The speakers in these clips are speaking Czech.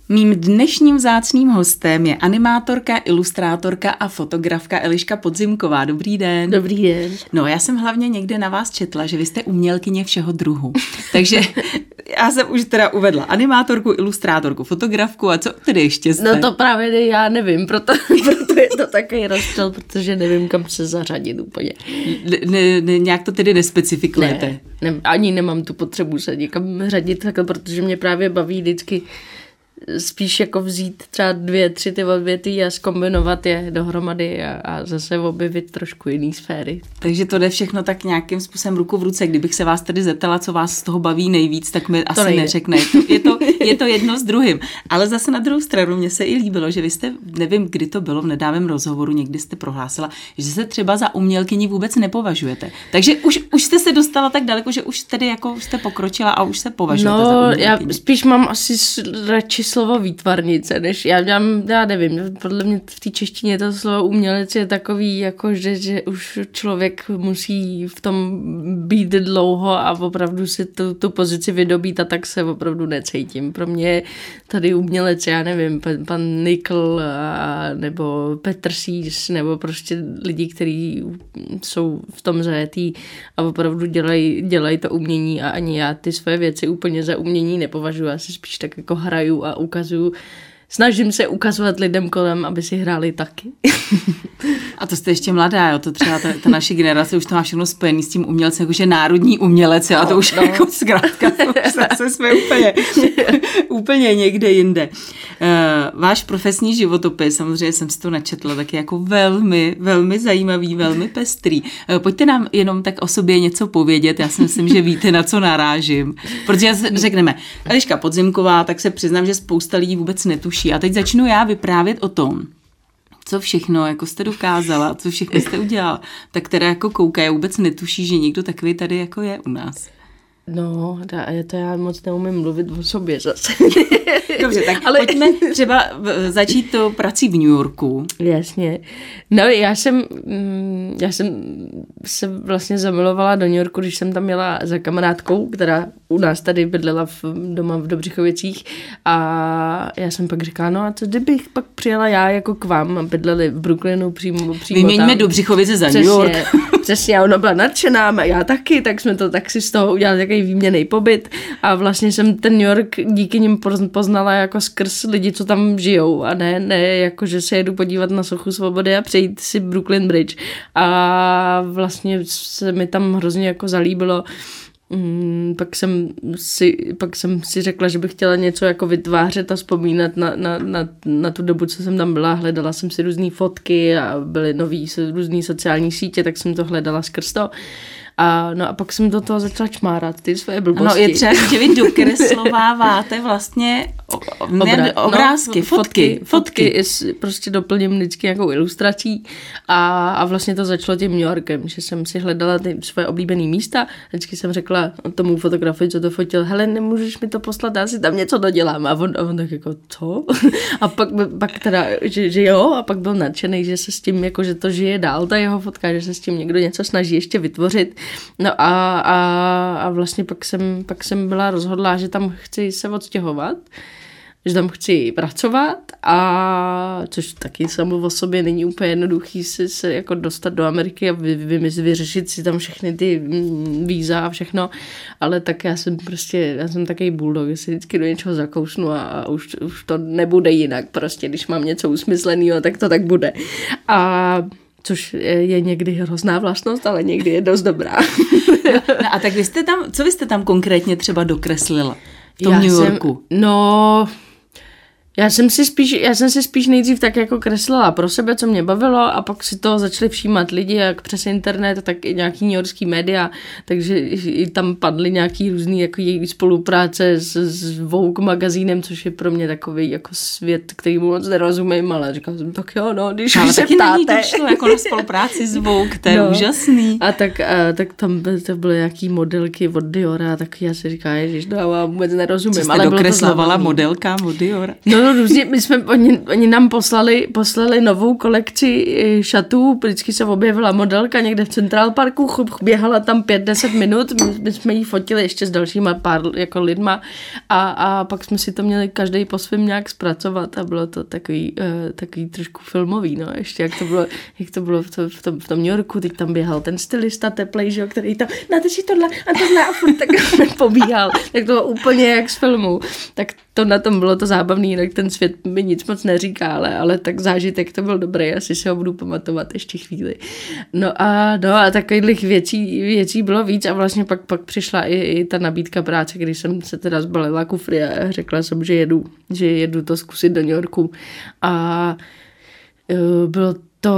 Mým dnešním vzácným hostem je animátorka, ilustrátorka a fotografka Eliška Podzimková. Dobrý den. Dobrý den. No, já jsem hlavně někde na vás četla, že vy jste umělkyně všeho druhu. Takže já jsem už teda uvedla animátorku, ilustrátorku, fotografku a co tedy ještě jste? No to právě já nevím, proto je to takový rozptyl, protože nevím, kam se zařadit úplně. Nějak to tedy nespecifikujete? Ne, ani nemám tu potřebu se někam řadit, takhle, protože mě právě baví vždycky spíš jako vzít třeba 2-3 ty odvětví a zkombinovat je dohromady a zase objevit trošku jiný sféry. Takže to jde všechno tak nějakým způsobem ruku v ruce. Kdybych se vás tedy zeptala, co vás z toho baví nejvíc, tak mi asi nejde. Neřekne. Je to jedno s druhým. Ale zase na druhou stranu mně se i líbilo, že vy jste, nevím, kdy to bylo v nedávném rozhovoru, někdy jste prohlásila, že se třeba za umělkyni vůbec nepovažujete. Takže už jste se dostala tak daleko, že už tedy jako jste pokročila a už se považujete za umělkyni. Já spíš mám asi radši slovo výtvarnice, než já nevím, podle mě v té češtině to slovo umělec je takový, jako že už člověk musí v tom být dlouho a opravdu si tu pozici vydobít a tak se opravdu necítím. Pro mě je tady umělec, já nevím, pan Nikl nebo Petr Sís, nebo prostě lidi, kteří jsou v tom zajetý a opravdu dělají to umění a ani já ty své věci úplně za umění nepovažuji. Já si spíš tak jako hraju a ukazuju. Snažím se ukazovat lidem kolem, aby si hráli taky. A to jste ještě mladá, jo? To třeba ta naše generace už to má všechno spojený s tím umělcem, jakože národní umělec, jo? A to už jako zkrátka, zase jsme úplně někde jinde. Váš profesní životopis, samozřejmě jsem si to načetla, tak je jako velmi, velmi zajímavý, velmi pestrý. Pojďte nám jenom tak o sobě něco povědět, já si myslím, že víte, na co narážím. Protože řekneme, Eliška Podzimková, tak se přiznám, že spousta lidí vůbec netuší. A teď začnu já vyprávět o tom, co všechno jako jste dokázala, co všechno jste udělala, tak teda jako koukají, vůbec netuší, že někdo takový tady jako je u nás. No, to já moc neumím mluvit o sobě zase. Dobře, tak ale pojďme třeba začít to prací v New Yorku. Jasně. No, já jsem se vlastně zamilovala do New Yorku, když jsem tam jela za kamarádkou, která u nás tady bydlela doma v Dobřichovicích a já jsem pak říkala, no a co kdybych pak přijela já jako k vám a bydleli v Brooklynu přímo Vyměňme tam. Dobřichovice za New York. Přesně, ona byla nadšená, a já taky, tak jsme to tak si z toho udělali takový výměnný pobyt a vlastně jsem ten New York díky nim poznala jako skrz lidi, co tam žijou a ne jako, že se jedu podívat na Sochu Svobody a přejít si Brooklyn Bridge a vlastně se mi tam hrozně jako zalíbilo. Pak jsem si řekla, že bych chtěla něco jako vytvářet a vzpomínat na tu dobu, co jsem tam byla. Hledala jsem si různé fotky a byly různé sociální sítě, tak jsem to hledala skrz to. A pak jsem do toho začala čmárat ty své blbosti. No je třeba, že vy dokreslováváte vlastně obrázky, fotky. Prostě doplním vždycky nějakou ilustrací a vlastně to začalo tím New Yorkem, že jsem si hledala ty své oblíbené místa. Vždycky jsem řekla tomu fotografovi, co to fotil, hele, nemůžeš mi to poslat, já si tam něco dodělám. A on tak jako, co? A pak teda, že jo, a pak byl nadšený, že se s tím, jako, že to žije dál, ta jeho fotka, že se s tím někdo něco snaží ještě vytvořit. No a vlastně pak jsem byla rozhodlá, že tam chci se odstěhovat, že tam chci pracovat a což taky samo o sobě není úplně jednoduchý se jako dostat do Ameriky a vyřešit si tam všechny ty víza a všechno, ale tak já jsem takový bulldog, že si vždycky do něčeho zakousnu a už to nebude jinak, prostě když mám něco usmyslenýho, tak to tak bude. Což je někdy hrozná vlastnost, ale někdy je dost dobrá. No a tak co vy jste tam konkrétně třeba dokreslila v tom New Yorku? Já jsem si spíš nejdřív tak jako kreslila pro sebe, co mě bavilo a pak si to začali všímat lidi, jak přes internet, tak i nějaký newyorský média, takže i tam padly nějaký různý jako její spolupráce s Vogue magazínem, což je pro mě takový jako svět, který mu moc nerozumím, ale říkala jsem, tak jo, no, když ale se taky ptáte. Na ní došlo jako na spolupráci s Vogue, to je úžasný. A tak tam to byly nějaký modelky od Diora, tak já si říkám, ježiš, no, já vůbec nerozumím. Co jste dokreslovala modelka od Diora? No bylo různě, oni nám poslali novou kolekci šatů, vždycky se objevila modelka někde v Central Parku, běhala tam 5-10 minut, my jsme jí fotili ještě s dalšíma pár jako lidma a pak jsme si to měli každý po svém nějak zpracovat a bylo to takový trošku filmový, no, ještě jak to bylo v tom New Yorku, teď tam běhal ten stylista teplej, že jo, který tam, dáte si tohle a furt tak pobíhal, tak to bylo úplně jak z filmu, tak to na tom bylo to zábavný, jinak ten svět mi nic moc neříká, ale tak zážitek to byl dobrý, asi si ho budu pamatovat ještě chvíli. No a takových věcí bylo víc a vlastně pak přišla i ta nabídka práce, když jsem se teda zbalila kufry a řekla jsem, že jedu to zkusit do New Yorku a bylo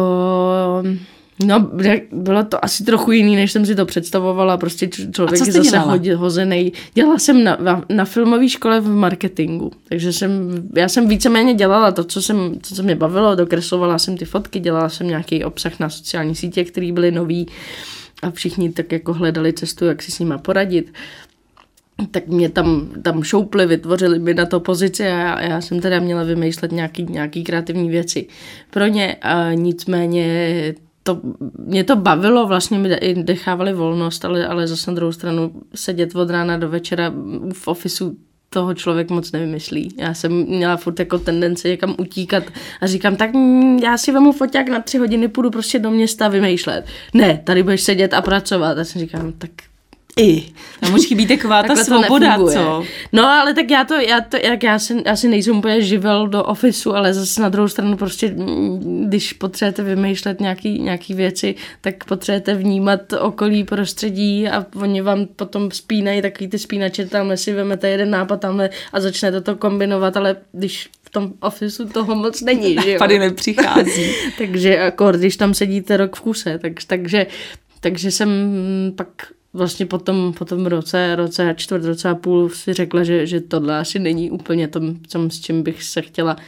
to asi trochu jiný, než jsem si to představovala, prostě člověk je zase hozený. Dělala jsem na filmové škole v marketingu, takže já jsem víceméně dělala to, co mě bavilo, dokreslovala jsem ty fotky, dělala jsem nějaký obsah na sociální sítě, který byly nový a všichni tak jako hledali cestu, jak si s nima poradit. Tak mě tam šoupli, vytvořili mi na to pozici a já jsem teda měla vymýšlet nějaký kreativní věci pro ně a nicméně mě to bavilo, vlastně mi i dechávali volnost, ale zase na druhou stranu sedět od rána do večera v ofisu toho člověk moc nevymyslí. Já jsem měla furt jako tendenci někam utíkat a říkám, tak já si vemu foťák na 3 hodiny, půjdu prostě do města vymýšlet. Ne, tady budeš sedět a pracovat. A jsem říkám, tak tam už chybí taková ta svoboda, co? No, ale tak já si nejsem úplně živel do ofisu, ale zase na druhou stranu prostě, když potřebujete vymýšlet nějaký věci, tak potřebujete vnímat okolí, prostředí a oni vám potom spínají takový ty spínače, tamhle si vemete jeden nápad tamhle a začnete to kombinovat, ale když v tom ofisu toho moc není, že jo? Tady nepřichází. Takže akord, když tam sedíte rok v kuse, takže jsem pak vlastně po tom roce a čtvrt, roce a půl si řekla, že tohle asi není úplně to, s čím bych se chtěla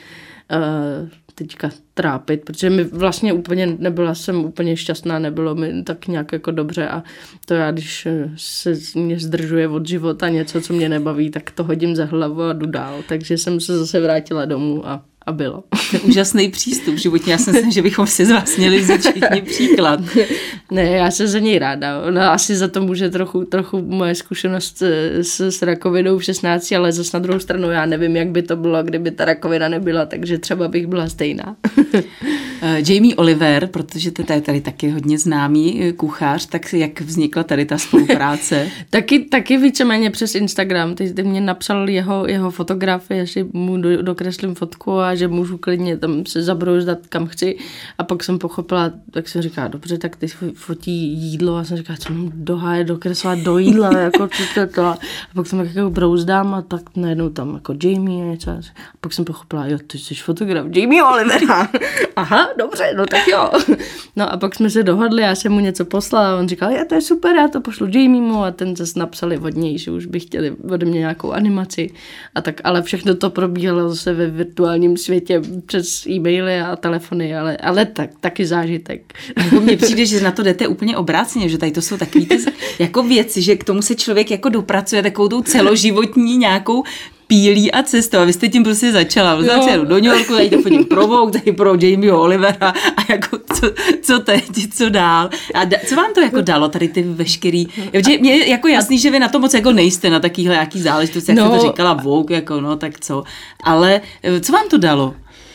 teďka trápit, protože mi vlastně nebyla jsem úplně šťastná, nebylo mi tak nějak jako dobře a to já, když se mě zdržuje od života něco, co mě nebaví, tak to hodím za hlavu a jdu dál, takže jsem se zase vrátila domů a bylo. To je úžasný přístup v životě. Já jsem si, že bychom si z vás měli vzít všichni příklad. Ne, já jsem za něj ráda. Ona asi za to může trochu moje zkušenost s rakovinou v 16, ale zase na druhou stranu já nevím, jak by to bylo, kdyby ta rakovina nebyla, takže třeba bych byla stejná. Jamie Oliver, protože to je tady taky hodně známý kuchař, tak jak vznikla tady ta spolupráce? taky víceméně přes Instagram. Ty mě napsal jeho fotografie, jestli mu dokreslím fotku a že můžu klidně tam se zabrouzdat kam chci. A pak jsem pochopila, tak jsem říkala, dobře, tak ty fotí jídlo a jsem říkala, co mám dokreslovat do jídla, jako to. A pak jsem tak jako brouzdám a tak najednou tam jako Jamie a něco. A pak jsem pochopila, jo, ty jsi fotograf Jamie Olivera. Aha, dobře, no tak jo. No a pak jsme se dohodli, já jsem mu něco poslala a on říkal, to je super, já to pošlu Jamiemu a ten zase napsali od něj, že už by chtěli ode mě nějakou animaci a tak, ale všechno to probíhalo zase ve virtuálním světě přes e-maily a telefony, ale taky zážitek. Mně přijde, že na to jdete úplně obráceně, že tady to jsou takový ty jako věci, že k tomu se člověk jako dopracuje takovou tou celoživotní nějakou pílí a cestou a vy jste tím prostě začala. Začala do New Yorku, tady to chodím pro Vogue, tady pro Jamieho Olivera a jako co teď, co dál. A co vám to jako dalo, tady ty veškerý, protože mě je jako jasný, že vy na to moc jako nejste na takovýhle nějaký záležitosti, jak jste to říkala Vogue, jako no tak co, ale co vám to dalo?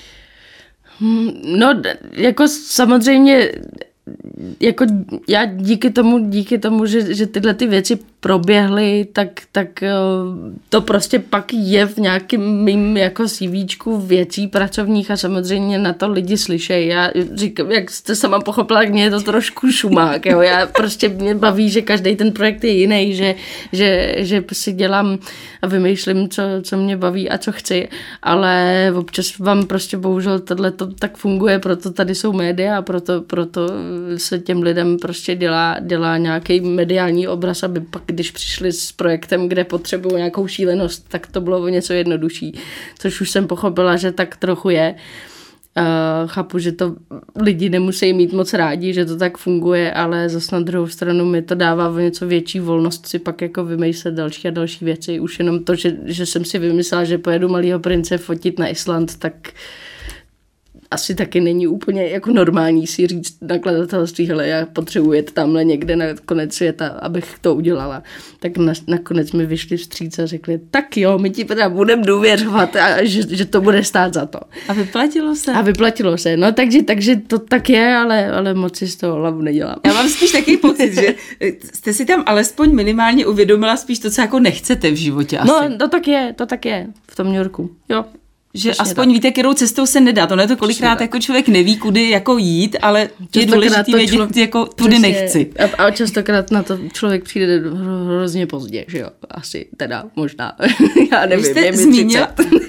No, jako samozřejmě jako já díky tomu, že tyhle ty věci proběhly, tak to prostě pak je v nějakým mým jako CVčku věcí pracovních a samozřejmě na to lidi slyšejí. Já říkám, jak jste sama pochopila, tak mě je to trošku šumák, jo. Já prostě mě baví, že každý ten projekt je jiný, že si dělám a vymýšlím, co mě baví a co chci, ale občas vám prostě bohužel tohle to tak funguje, proto tady jsou média a proto se těm lidem prostě dělá nějaký mediální obraz, aby pak, když přišli s projektem, kde potřebují nějakou šílenost, tak to bylo o něco jednodušší, což už jsem pochopila, že tak trochu je. Chápu, že to lidi nemusí mít moc rádi, že to tak funguje, ale zase na druhou stranu mi to dává o něco větší volnost si pak jako vymyslet další a další věci. Už jenom to, že jsem si vymyslela, že pojedu Malýho prince fotit na Island, tak asi taky není úplně jako normální si říct nakladatelství, hele, já potřebuji jet tamhle někde na konec světa, abych to udělala. Tak nakonec mi vyšli vstříc a řekli, tak jo, my ti teda budeme důvěřovat a že to bude stát za to. A vyplatilo se? A vyplatilo se, no takže to tak je, ale moc si z toho hlavu nedělám. Já mám spíš takový pocit, že jste si tam alespoň minimálně uvědomila spíš to, co jako nechcete v životě asi. No, to tak je v tom New Yorku, jo. Že aspoň tak. Víte, kterou cestou se nedá. To ne to kolikrát jako člověk neví, kudy jako jít, ale je důležitý vědět, jako tudy nechci. A častokrát na to člověk přijde hrozně pozdě, že jo? Asi teda možná. Já nevím, jste zmínila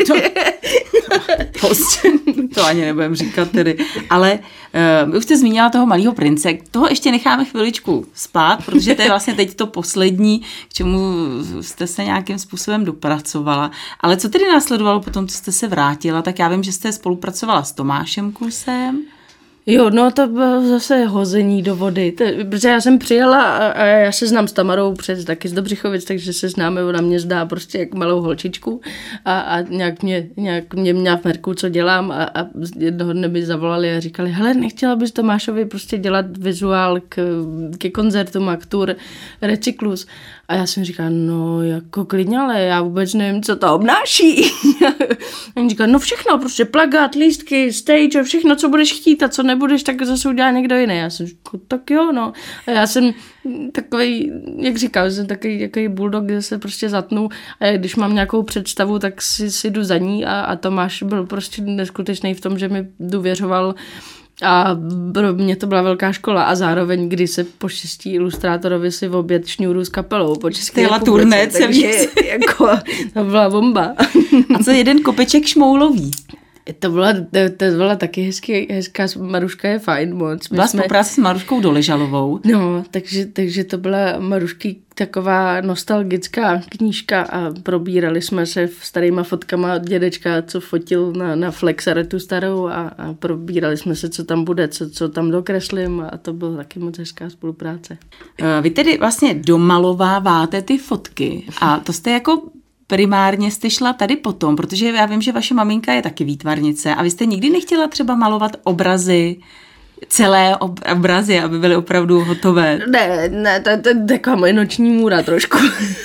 to ani nebudem říkat tedy. Ale už jste zmínila toho Malýho prince. Toho ještě necháme chviličku spát, protože to je vlastně teď to poslední, k čemu jste se nějakým způsobem dopracovala. Ale co tedy následovalo potom, co jste se vrátila? Tak já vím, že jste spolupracovala s Tomášem Klusem. Jo, no to bylo zase hození do vody, protože já jsem přijela a já se znám s Tamarou taky z Dobřichovic, takže se známe, ona mě zdá prostě jako malou holčičku a nějak mě měla v merku, co dělám a jednoho dne mi zavolali a říkali, hele, nechtěla bys Tomášovi prostě dělat vizuál ke koncertům Aktur Recyklus. A já jsem říkala, no jako klidně, ale já vůbec nevím, co to obnáší. A on říkal, no všechno, prostě plakát, lístky, stage, všechno, co budeš chtít a co nebudeš, tak zase udělá někdo jiný. Já jsem říkala, tak jo, no. A já jsem takový, jak říkal, jsem takový bulldog, kde se prostě zatnu a když mám nějakou představu, tak si jdu za ní a Tomáš byl prostě neskutečný v tom, že mi důvěřoval. A pro mě to byla velká škola a zároveň, kdy se po 6 ilustrátorovi si v oběd šňůru s kapelou po České republice. Turné celý. Jako, to byla bomba. A co jeden kopeček šmoulový? To byla taky hezká, Maruška je fajn moc. Byla spolupráce s Maruškou Doležalovou. No, takže to byla Marušky taková nostalgická knížka a probírali jsme se starýma fotkama dědečka, co fotil na Flexaretu starou a probírali jsme se, co tam bude, co tam dokreslím a to byla taky moc hezká spolupráce. Vy tedy vlastně domalováváte ty fotky a to jste jako primárně jste šla tady potom, protože já vím, že vaše maminka je taky výtvarnice a vy jste nikdy nechtěla třeba malovat obrazy, celé obrazy, aby byly opravdu hotové. Ne, to je taková moje noční můra trošku.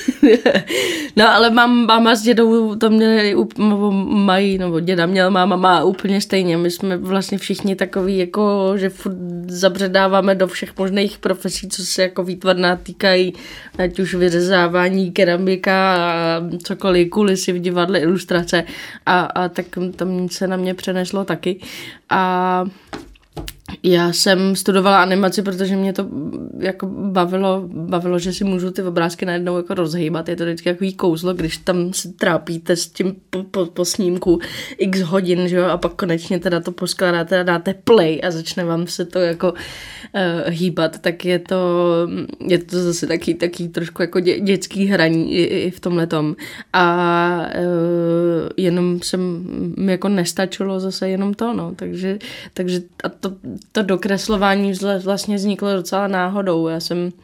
No, ale máma s dědou to měli, mají, nebo děda měl, máma má úplně stejně. My jsme vlastně všichni takový, jako, že furt zabředáváme do všech možných profesí, co se jako výtvarná týkají, ať už vyřezávání, keramika, cokoliv, kulisy v divadle, ilustrace a tak tam se na mě přeneslo taky. A já jsem studovala animaci, protože mě to jako bavilo, že si můžu ty obrázky najednou jako rozhýbat. Je to vždycky takový kouzlo, když tam se trápíte s tím po snímku x hodin, že jo, a pak konečně teda to poskládáte a dáte play a začne vám se to jako hýbat, tak je to zase taky trošku jako dětský hraní i v tomhletom. A jenom mi jako nestačilo zase jenom to, no, takže a to dokreslování vlastně vzniklo docela náhodou. Já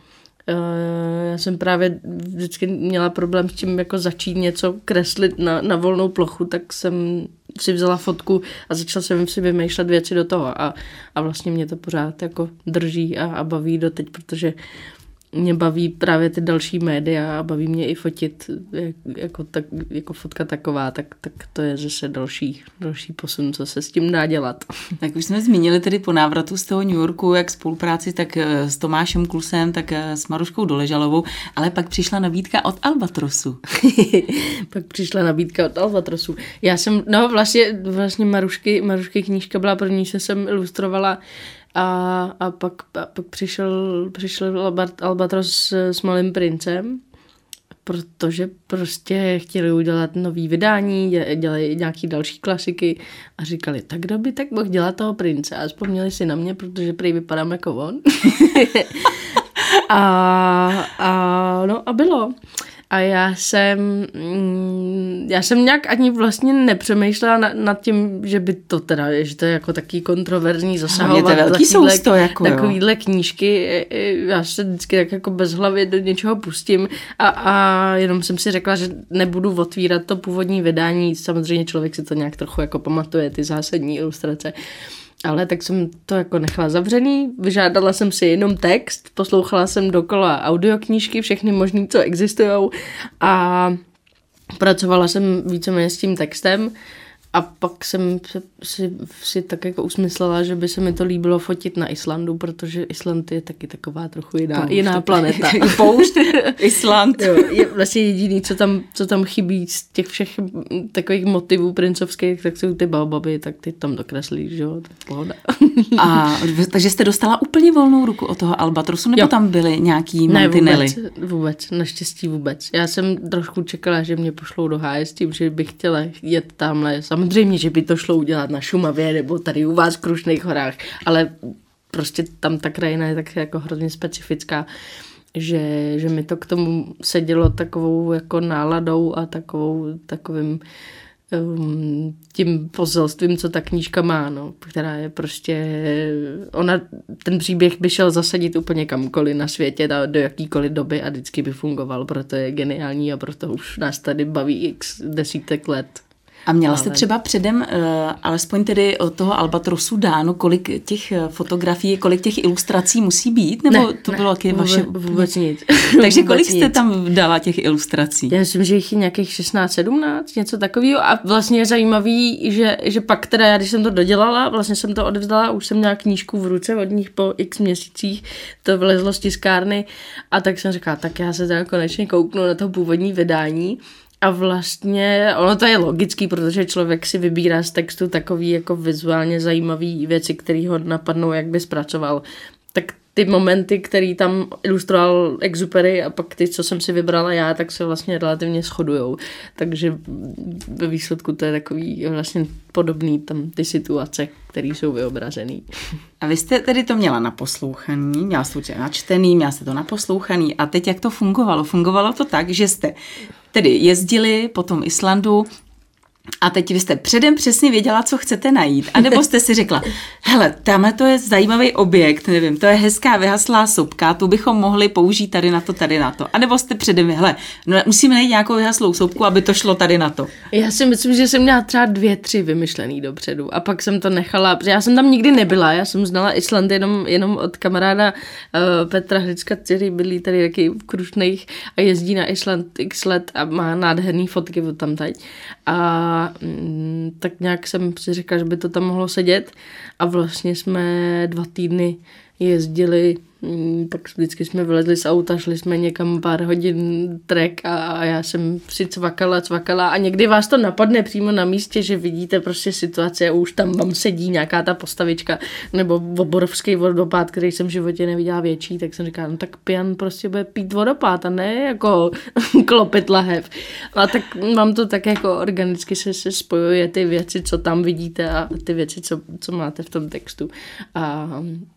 jsem právě vždycky měla problém s tím jako začít něco kreslit na volnou plochu, tak jsem si vzala fotku a začala jsem si vymýšlet věci do toho a vlastně mě to pořád jako drží a baví doteď, protože mě baví právě ty další média a baví mě i fotit jako fotka taková, tak to je zase další posun, co se s tím dá dělat. Tak už jsme zmínili tedy po návratu z toho New Yorku, jak spolupráci tak s Tomášem Klusem, tak s Maruškou Doležalovou, ale pak přišla nabídka od Albatrosu. Pak přišla nabídka od Albatrosu. Já jsem, no vlastně Marušky knížka byla první, že jsem ilustrovala a pak přišel Albatros s Malým princem, protože prostě chtěli udělat nový vydání, dělají nějaký další klasiky a říkali, tak kdo by tak mohl dělat toho prince a vzpomněli si na mě, protože prý vypadám jako on. a bylo. A já jsem já jsem nějak ani vlastně nepřemýšlela nad tím, že by to teda, že to je jako taky kontroverzní zasahovat takovýhle knížky. Já se vždycky tak jako bezhlavě do něčeho pustím a jenom jsem si řekla, že nebudu otvírat to původní vydání. Samozřejmě člověk si to nějak trochu jako pamatuje, ty zásadní ilustrace. Ale tak jsem to jako nechala zavřený, vyžádala jsem si jenom text, poslouchala jsem dokola audioknížky, všechny možný, co existujou a pracovala jsem víceméně s tím textem a pak jsem si tak jako usmyslela, že by se mi to líbilo fotit na Islandu, protože Island je taky taková trochu jiná planeta. Poušť, Island. Jo, je vlastně jediný, co tam chybí z těch všech takových motivů princovských, tak jsou ty baobaby, tak ty tam dokreslíš, že jo, to je pohoda. Takže jste dostala úplně volnou ruku od toho Albatrosu, nebo tam byly nějaký mantinely? Ne, vůbec, naštěstí vůbec. Já jsem trošku čekala, že mě pošlou do háje s tím, že bych chtěla jet tamhle. Samozřejmě, že by to šlo udělat na Šumavě nebo tady u vás v Krušných horách, ale prostě tam ta krajina je tak jako hrozně specifická, že mi to k tomu sedělo takovou jako náladou a takovým tím poselstvím, co ta knížka má, no, která je prostě, ten příběh by šel zasadit úplně kamkoliv na světě, do jakýkoliv doby a vždycky by fungoval, proto je geniální a proto už nás tady baví x desítek let. A měla jste třeba předem, alespoň tedy od toho Albatrosu dáno, kolik těch fotografií, kolik těch ilustrací musí být? Nebo to bylo taky vaše... Vůbec nic. Takže kolik jste tam dala těch ilustrací? Já myslím, že jich je nějakých 16-17, něco takového. A vlastně je zajímavý, že pak teda já, když jsem to dodělala, vlastně jsem to odevzdala, už jsem měla knížku v ruce od nich po x měsících, to vylezlo z tiskárny a tak jsem říkala, tak já se teda konečně kouknu na to původní vydání. A vlastně ono to je logický, protože člověk si vybírá z textu takový jako vizuálně zajímavý věci, které ho napadnou, jak by zpracoval. Tak ty momenty, který tam ilustroval Exupery a pak ty, co jsem si vybrala já, tak se vlastně relativně shodujou. Takže ve výsledku to je takový vlastně podobný tam ty situace, které jsou vyobrazený. A vy jste tedy to měla naposlouchaný, měla jste to načtený, měla jste to naposlouchaný a teď jak to fungovalo? Fungovalo to tak, že jste tedy jezdili po tom Islandu a teď vy jste předem přesně věděla, co chcete najít. A nebo jste si řekla, hele, tamhle to je zajímavý objekt, nevím, to je hezká vyhaslá sopka, tu bychom mohli použít tady na to, tady na to. A nebo jste předem, hele, no, musíme najít nějakou vyhaslou sopku, aby to šlo tady na to. Já si myslím, že jsem měla třeba 2-3 vymyšlený dopředu a pak jsem to nechala, protože já jsem tam nikdy nebyla, já jsem znala Island jenom od kamaráda Petra Hlicka, který byli tady taky v Krušných a jezdí na Island x let a má nádherný fotky od tam teď. A tak nějak jsem si řekla, že by to tam mohlo sedět a vlastně jsme 2 týdny jezdili, tak vždycky jsme vylezli z auta, šli jsme někam pár hodin trek a já jsem si cvakala a někdy vás to napadne přímo na místě, že vidíte prostě situaci a už tam vám sedí nějaká ta postavička nebo oborovský vodopád, který jsem v životě neviděla větší, tak jsem říkala, no tak pijan prostě bude pít vodopád a ne jako klopit lahev. A tak vám to tak jako organicky se spojuje ty věci, co tam vidíte a ty věci, co máte v tom textu. A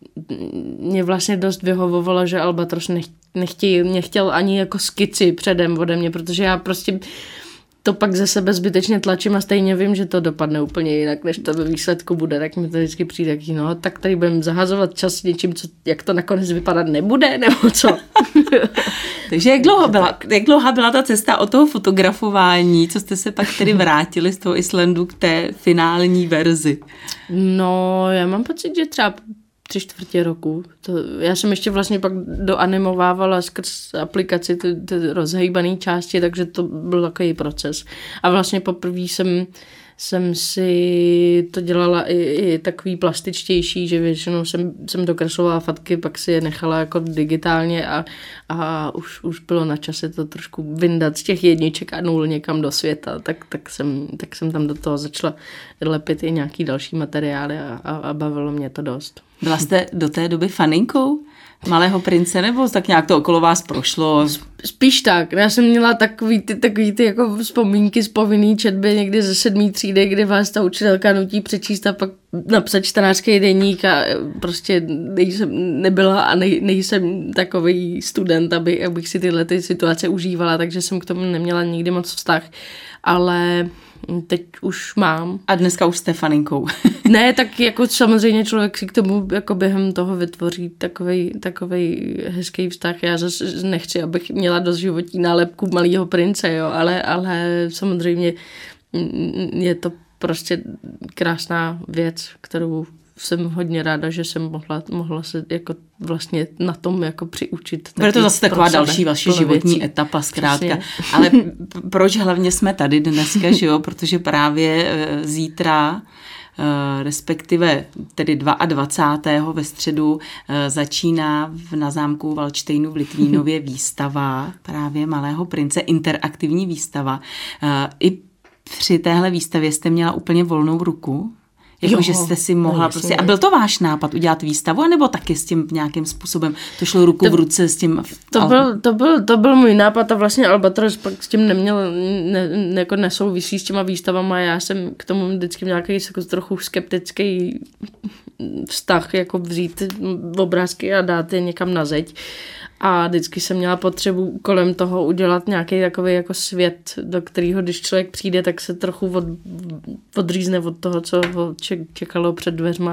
mě vlastně dost vyhovovalo, že Albatros nechtěl ani jako skici předem ode mě, protože já prostě to pak ze sebe zbytečně tlačím a stejně vím, že to dopadne úplně jinak, než to ve výsledku bude, tak mi to vždycky přijde, no tak tady budeme zahazovat čas něčím, jak to nakonec vypadat nebude, nebo co. Takže jak dlouhá byla ta cesta od toho fotografování, co jste se pak tedy vrátili z toho Islandu k té finální verzi? No, já mám pocit, že třeba 3/4 roku. Já jsem ještě vlastně pak doanimovávala skrz aplikaci ty rozhejbané části, takže to byl takový proces. A vlastně poprvé jsem si to dělala i takový plastičtější, že většinou jsem dokreslovala fatky, pak si je nechala jako digitálně a už bylo na čase to trošku vyndat z těch 1 a 0 někam do světa, tak jsem tam do toho začala lepit i nějaký další materiály a bavilo mě to dost. Byla jste do té doby faninkou Malého prince, nebo tak nějak to okolo vás prošlo? Spíš tak. Já jsem měla takový ty jako vzpomínky z povinný četby někdy ze 7. třídy, kdy vás ta učitelka nutí přečíst a pak napsat 14. deník a prostě nebyla a nejsem takový student, abych si tyhle ty situace užívala, takže jsem k tomu neměla nikdy moc vztah, ale teď už mám. A dneska už jste faninkou. Ne, tak jako samozřejmě člověk si k tomu jako během toho vytvoří takovej hezký vztah. Já zase nechci, abych měla doživotní nálepku Malého prince, jo, ale samozřejmě je to prostě krásná věc, kterou jsem hodně ráda, že jsem mohla se jako vlastně na tom jako přiučit. Bude to zase taková další vaše životní etapa zkrátka. Přesně. Ale proč hlavně jsme tady dneska, že jo? Protože právě zítra, respektive tedy 22. ve středu začíná na zámku Valdštejnu v Litvínově výstava právě Malého prince, interaktivní výstava. I při téhle výstavě jste měla úplně volnou ruku? Že jste si mohla prostě... A byl to váš nápad udělat výstavu, anebo taky s tím nějakým způsobem to šlo ruku v ruce s tím... To byl můj nápad a vlastně Albatros pak s tím neměl, jako nesouvisí s těma výstavama. Já jsem k tomu vždycky měl nějaký jako trochu skeptický vztah, jako vzít obrázky a dát je někam na zeď. A vždycky jsem měla potřebu kolem toho udělat nějaký takový jako svět, do kterého, když člověk přijde, tak se trochu odřízne od toho, co ho čekalo před dveřma.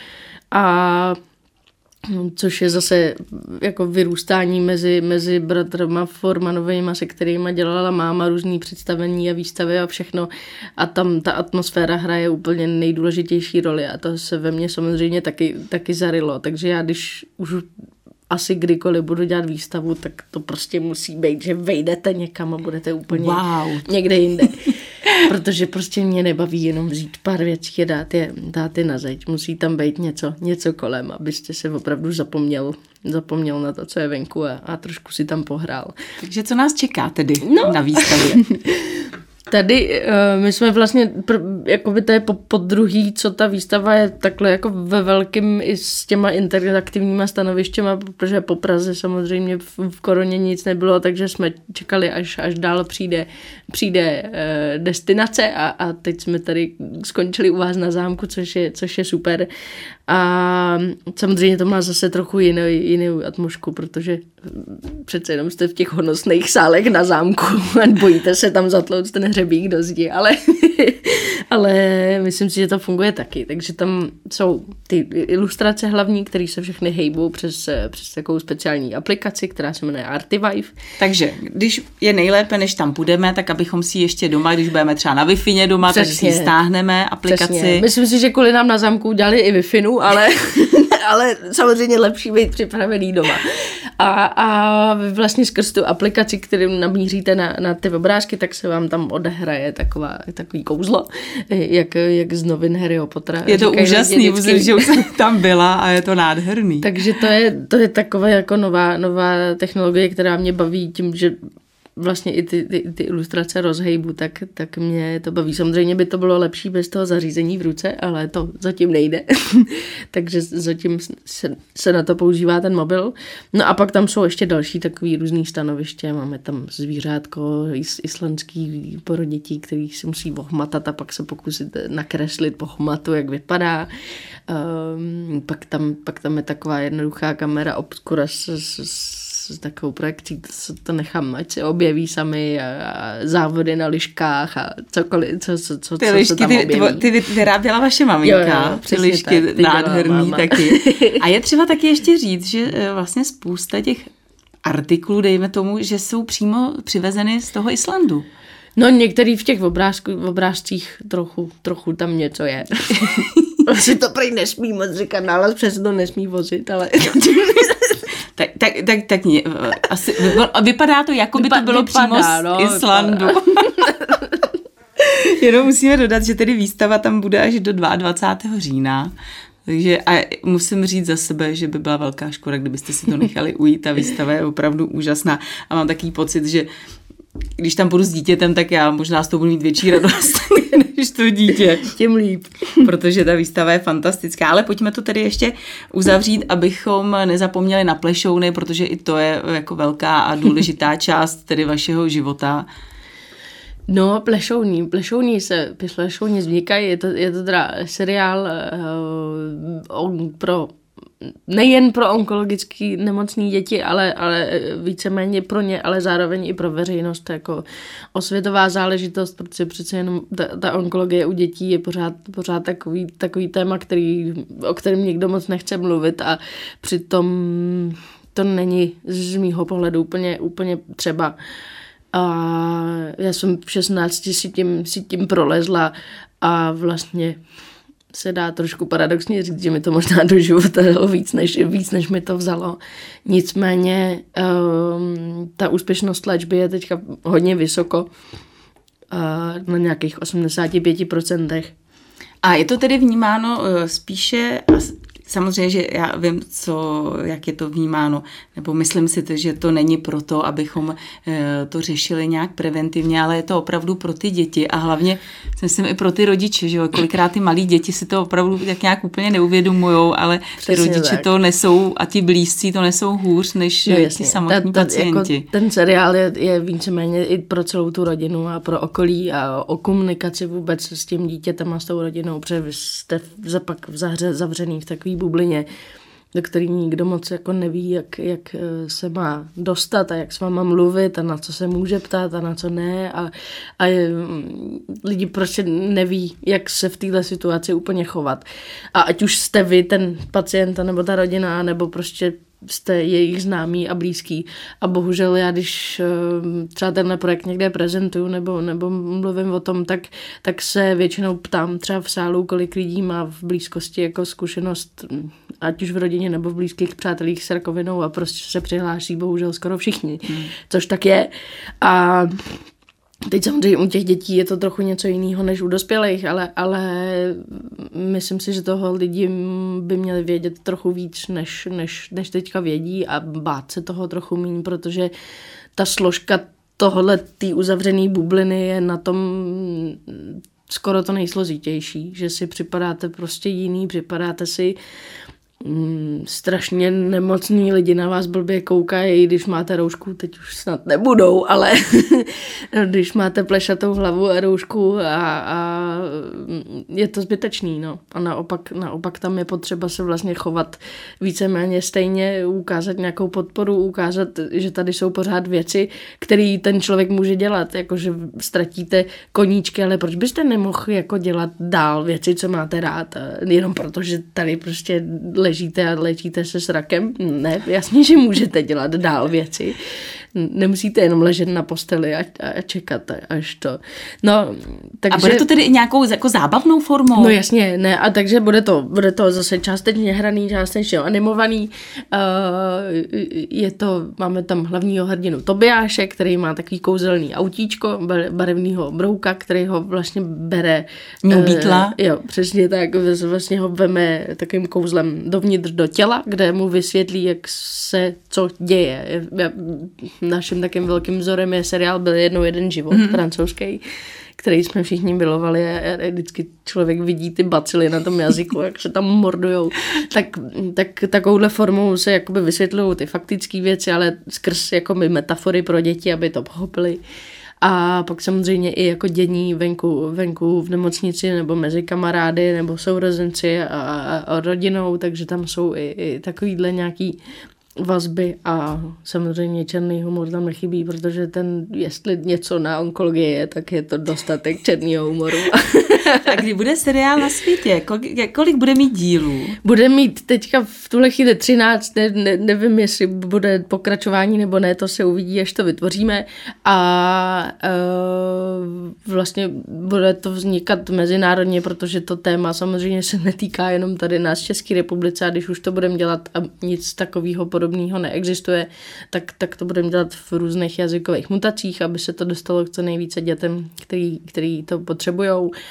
A což je zase jako vyrůstání mezi bratrama Formanovejma, se kterýma dělala máma různý představení a výstavy a všechno. A tam ta atmosféra hraje úplně nejdůležitější roli a to se ve mně samozřejmě taky zarylo. Takže já, když už asi kdykoliv budu dělat výstavu, tak to prostě musí být, že vejdete někam a budete úplně někde jinde. Protože prostě mě nebaví jenom vzít pár věcí a dát je na zeď. Musí tam být něco kolem, abyste se opravdu zapomněl na to, co je venku a trošku si tam pohrál. Takže co nás čeká tedy na výstavě? Tady my jsme vlastně, jakoby to je po druhý, co ta výstava je takhle jako ve velkým i s těma interaktivníma stanovištěma, protože po Praze samozřejmě v koroně nic nebylo, takže jsme čekali, až dál přijde destinace a teď jsme tady skončili u vás na zámku, což je super. A samozřejmě to má zase trochu jinou atmosféru, protože přece jenom jste v těch honosných sálech na zámku a bojíte se tam zatlouct ten hřebík do zdi, ale myslím si, že to funguje taky. Takže tam jsou ty ilustrace hlavní, které se všechny hejbou přes takovou speciální aplikaci, která se jmenuje Artivive. Takže když je nejlépe, než tam půjdeme, tak abychom si ještě doma, když budeme třeba na Wi-Fi doma, tak si stáhneme aplikaci. Přesně. Myslím si, že kvůli nám na zámku udělali i Wi-Fi, ale samozřejmě lepší být připravený doma. A vy vlastně skrz tu aplikaci, kterým namíříte na ty obrázky, tak se vám tam odehraje takový kouzlo, jak z novin Harryho Pottera. Je to úžasný, musím, že už jsem tam byla a je to nádherný. Takže to je taková jako nová technologie, která mě baví tím, že vlastně i ty ilustrace rozhejbu, tak mě to baví. Samozřejmě by to bylo lepší bez toho zařízení v ruce, ale to zatím nejde. Takže zatím se na to používá ten mobil. No a pak tam jsou ještě další takový různý stanoviště. Máme tam zvířátko islandský pro děti, který si musí ohmatat a pak se pokusit nakreslit po hmatu, jak vypadá. Pak tam je taková jednoduchá kamera obskura s takovou projekcí, to nechám, ať se objeví sami a závody na liškách a cokoliv, co ty lišky, se tam objeví. Ty vyráběla vaše maminka, jo, ty lišky tak, nádherný taky. A je třeba taky ještě říct, že vlastně spousta těch artiklů, dejme tomu, že jsou přímo přivezeny z toho Islandu. No některý v těch obrázcích trochu tam něco je. Asi to prý nesmí moc říkat, nález přes to nesmí vozit, ale... Tak asi vypadá to, jako by to bylo přímo z Islandu. Jenom musíme dodat, že tedy výstava tam bude až do 22. října. Takže a musím říct za sebe, že by byla velká škoda, kdybyste si to nechali ujít. Ta výstava je opravdu úžasná a mám takový pocit, že když tam budu s dítětem, tak já možná z toho budu mít větší radost, než to dítě. Tím líp. Protože ta výstava je fantastická. Ale pojďme to tedy ještě uzavřít, abychom nezapomněli na plešouny, protože i to je jako velká a důležitá část tedy vašeho života. No, plešouní vznikají, je to teda seriál nejen pro onkologicky nemocné děti, ale víceméně pro ně, ale zároveň i pro veřejnost jako osvětová záležitost, protože přece jenom ta onkologie u dětí je pořád takový téma, o kterém nikdo moc nechce mluvit a přitom to není z mýho pohledu úplně třeba. A já jsem v 16 si tím prolezla a vlastně se dá trošku paradoxně říct, že mi to možná do života dalo víc, než mi to vzalo. Nicméně ta úspěšnost léčby je teďka hodně vysoko, na nějakých 85%. A je to tedy vnímáno spíše, samozřejmě, že já vím, jak je to vnímáno, nebo myslím si, že to není proto, abychom to řešili nějak preventivně, ale je to opravdu pro ty děti a hlavně myslím i pro ty rodiče, že jo, kolikrát ty malí děti si to opravdu tak nějak úplně neuvědomujou, ale ty rodiče to nesou a ti blízcí to nesou hůř, než ti samotní pacienti. Jako ten seriál je víceméně i pro celou tu rodinu a pro okolí a o komunikaci vůbec s tím dítětem a s tou rodinou, protože vy jste pak zavřený v takový bublině, do který nikdo moc jako neví, jak se má dostat a jak s váma mluvit a na co se může ptát a na co ne a lidi prostě neví, jak se v této situaci úplně chovat. A ať už jste vy ten pacient nebo ta rodina, nebo prostě jste jejich známí a blízký. A bohužel já, když třeba tenhle projekt někde prezentuju nebo mluvím o tom, tak se většinou ptám třeba v sálu, kolik lidí má v blízkosti jako zkušenost, ať už v rodině nebo v blízkých přátelích s rakovinou a prostě se přihlásí bohužel skoro všichni. Což tak je. A teď samozřejmě u těch dětí je to trochu něco jiného než u dospělých, ale myslím si, že toho lidi by měli vědět trochu víc, než teďka vědí a bát se toho trochu míň, protože ta složka tohle té uzavřené bubliny je na tom skoro to nejsložitější, že si připadáte prostě jiný, připadáte si strašně nemocní lidi na vás blbě koukají, když máte roušku, teď už snad nebudou, ale když máte plešatou hlavu a roušku a je to zbytečný, no. A naopak tam je potřeba se vlastně chovat víceméně stejně, ukázat nějakou podporu, ukázat, že tady jsou pořád věci, které ten člověk může dělat, jakože ztratíte koníčky, ale proč byste nemohl jako dělat dál věci, co máte rád, jenom proto, že tady prostě ležíte a léčíte se s rakem? Ne, jasně, že můžete dělat dál věci. Nemusíte jenom ležet na posteli a čekat až to. No, takže... A bude to tedy i nějakou jako zábavnou formou? No jasně, ne, a takže bude to zase částečně hraný, částečně animovaný. Máme tam hlavního hrdinu Tobiáše, který má takový kouzelný autíčko, barevnýho brouka, který ho vlastně bere... Beatla. Jo, přesně tak, vlastně ho veme takovým kouzlem dovnitř do těla, kde mu vysvětlí, jak se co děje. Naším takým velkým vzorem je seriál Byl jednou jeden život, francouzský, který jsme všichni milovali a vždycky člověk vidí ty bacily na tom jazyku, jak se tam mordujou. Tak takovouhle formou se jakoby vysvětlují ty faktické věci, ale skrz jakoby metafory pro děti, aby to pochopili. A pak samozřejmě i jako dění venku v nemocnici nebo mezi kamarády nebo sourozenci a rodinou, takže tam jsou i takovýhle nějaký vazby a samozřejmě černý humor tam nechybí, protože jestli něco na onkologii je, tak je to dostatek černého humoru. A kdy bude seriál na světě? Kolik bude mít dílů? Bude mít teďka v tuhle chvíli 13, nevím, jestli bude pokračování nebo ne, to se uvidí, až to vytvoříme a vlastně bude to vznikat mezinárodně, protože to téma samozřejmě se netýká jenom tady nás v České republice a když už to budeme dělat a nic takového podobného neexistuje, tak to budeme dělat v různých jazykových mutacích, aby se to dostalo k co nejvíce dětem, který to potřebujou.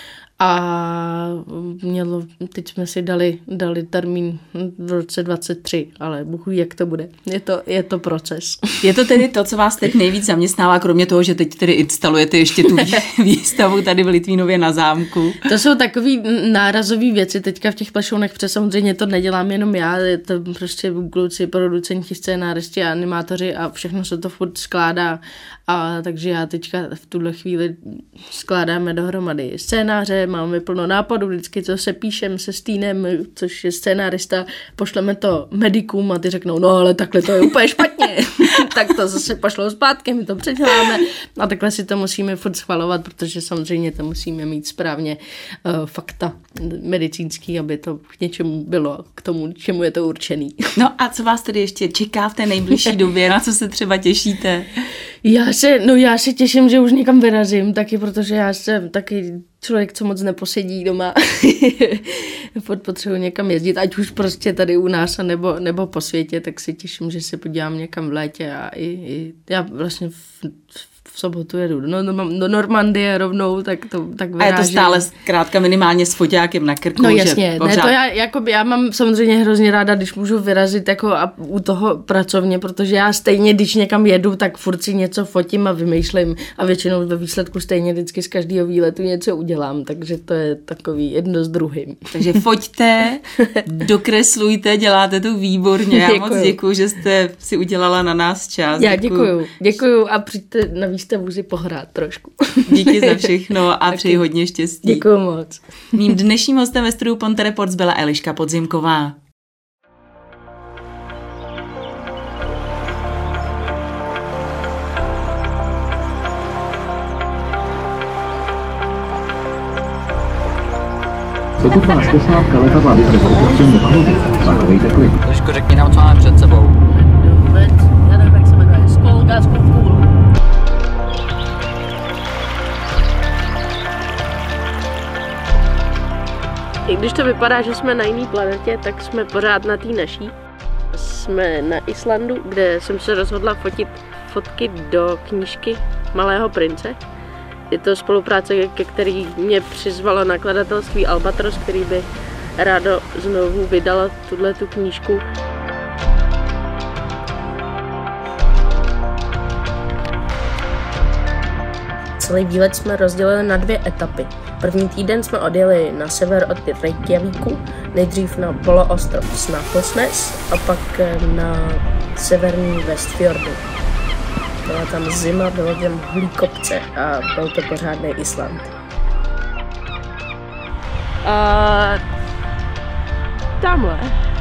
A teď jsme si dali termín v roce 23, ale Bůh ví, jak to bude. Je to proces. Je to tedy to, co vás teď nejvíc zaměstnává, kromě toho, že teď tedy instalujete ještě tu výstavu tady v Litvínově na zámku? To jsou takový nárazové věci teďka v těch plešounech, protože samozřejmě to nedělám jenom já, je to prostě kluci, producenti, scénáristi a animátoři a všechno se to furt skládá. A takže já teďka v tuhle chvíli skládáme dohromady scénáře, máme plno nápadů, vždycky co se píšem se Stínem, což je scénárista, pošleme to medikům a ty řeknou, no ale takhle to je úplně špatně. Tak to zase pošlou zpátky, my to předěláme a takhle si to musíme furt schvalovat, protože samozřejmě to musíme mít správně fakta medicínský, aby to k něčemu bylo, k tomu, čemu je to určený. No a co vás tedy ještě čeká v té nejbližší době, na co se třeba těšíte? Já se těším, že už někam vyrazím, taky protože já jsem taky člověk, co moc neposedí doma. Potřebuji někam jezdit, ať už prostě tady u nás nebo po světě, tak si těším, že se podívám někam v létě a já vlastně v sobotu jedu do Normandie rovnou, tak vyrážím. A je to stále zkrátka minimálně s foťákem na krku. No jasně, ne, to já mám samozřejmě hrozně ráda, když můžu vyrazit jako a u toho pracovně, protože já stejně, když někam jedu, tak furt si něco fotím a vymýšlím a většinou ve výsledku stejně vždycky z každého výletu něco udělám, takže to je takový jedno s druhým. Takže foťte, dokreslujte, děláte to výborně. Já moc děkuju, že jste si udělala na nás čas. Já děkuju a přijďte na výstavu si pohrát trošku. Díky za všechno a přeji hodně štěstí. Děkuju moc. Mým dnešním hostem ve studiu Ponte Reports byla Eliška Podzimková. Pokud vás posádka letadla vyhne v opuštění paluby, zachovejte klid. Trošku řekni nám, co máme před sebou. Já nevím, jak se jmenuje. Skolga, Skolkůl. I když to vypadá, že jsme na jiné planetě, tak jsme pořád na té naší. Jsme na Islandu, kde jsem se rozhodla fotit fotky do knížky Malého prince. Je to spolupráce, ke který mě přizvalo nakladatelství Albatros, který by rádo znovu vydala tu knížku. Celý výlet jsme rozdělili na 2 etapy. První týden jsme odjeli na sever od Reykjavíku, nejdřív na poloostrov Snaplsnes a pak na severní Westfjordy. Byla tam zima, bylo tam holý kopce a byl to pořádný Island. Tamhle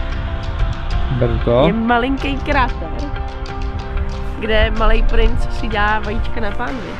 je malinký kráter, kde malý princ si dá vajíčka na pánvi.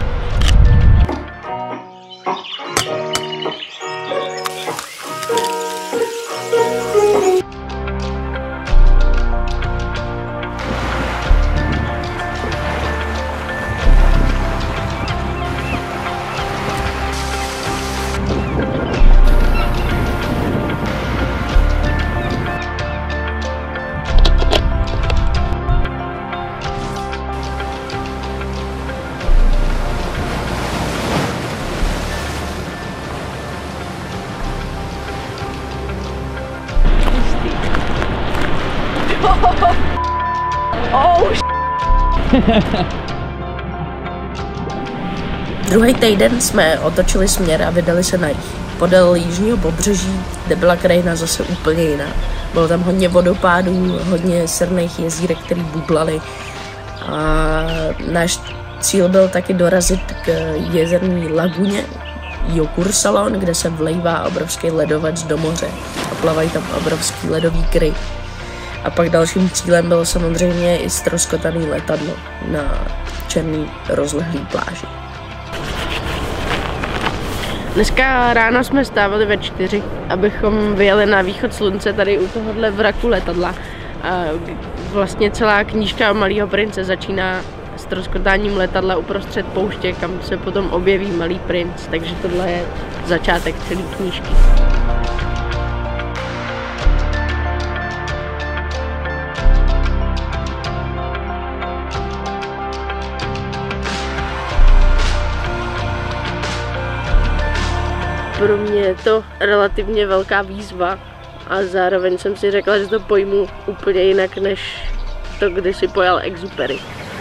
Druhý týden jsme otočili směr a vydali se na jih. Podél jižního pobřeží, kde byla krajina zase úplně jiná. Bylo tam hodně vodopádů, hodně srných jezírek, které bublaly. A náš cíl byl taky dorazit k jezerní laguně Jökulsárlón, kde se vlejvá obrovský ledovec do moře a plavají tam obrovský ledový kry. A pak dalším cílem bylo samozřejmě i ztroskotaný letadlo na černý rozlehlý pláži. Dneska ráno jsme stávali ve 4, abychom vyjeli na východ slunce tady u tohohle vraku letadla. A vlastně celá knížka Malého prince začíná ztroskotáním letadla uprostřed pouště, kam se potom objeví Malý princ, takže tohle je začátek celé knížky. Pro mě je to relativně velká výzva a zároveň jsem si řekla, že to pojmu úplně jinak, než to, kdy si pojal Exupery.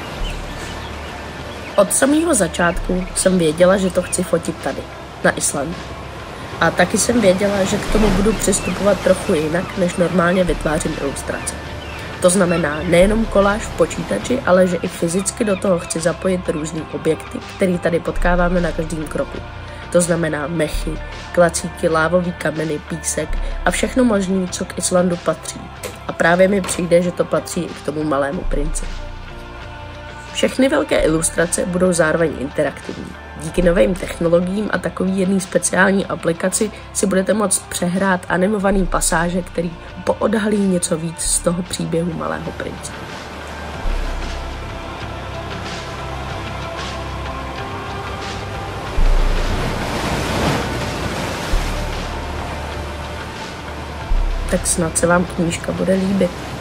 Od samého začátku jsem věděla, že to chci fotit tady, na Islandu. A taky jsem věděla, že k tomu budu přistupovat trochu jinak, než normálně vytvářím ilustrace. To znamená nejenom koláž v počítači, ale že i fyzicky do toho chci zapojit různý objekty, které tady potkáváme na každém kroku. To znamená mechy, klacíky, lávový kameny, písek a všechno možné, co k Islandu patří. A právě mi přijde, že to patří i k tomu malému princi. Všechny velké ilustrace budou zároveň interaktivní. Díky novým technologiím a takový jedný speciální aplikaci si budete moct přehrát animovaný pasáže, který poodhalí něco víc z toho příběhu Malého prince. Tak snad se vám knížka bude líbit.